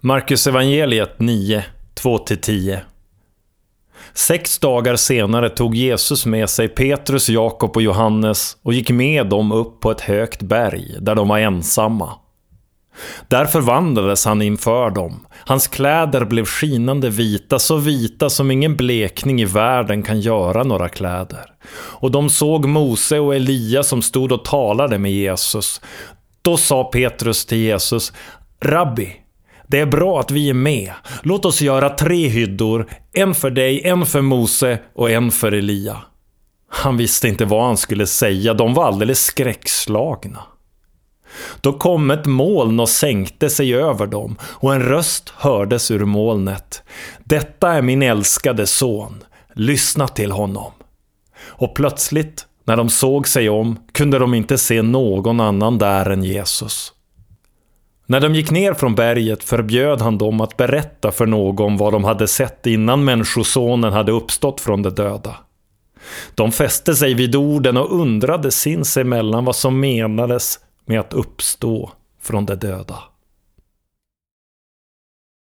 Markus evangeliet 9, 2-10. 6 dagar senare tog Jesus med sig Petrus, Jakob och Johannes och gick med dem upp på ett högt berg där de var ensamma. Där förvandlades han inför dem. Hans kläder blev skinande vita, så vita som ingen blekning i världen kan göra några kläder. Och de såg Mose och Elia som stod och talade med Jesus. Då sa Petrus till Jesus: Rabbi, det är bra att vi är med. Låt oss göra 3 hyddor, en för dig, en för Mose och en för Elia. Han visste inte vad han skulle säga, de var alldeles skräckslagna. Då kom ett moln och sänkte sig över dem, och en röst hördes ur molnet: Detta är min älskade son, lyssna till honom. Och plötsligt, när de såg sig om, kunde de inte se någon annan där än Jesus. När de gick ner från berget förbjöd han dem att berätta för någon vad de hade sett innan människosonen hade uppstått från de döda. De fäste sig vid orden och undrade sinsemellan vad som menades med att uppstå från de döda.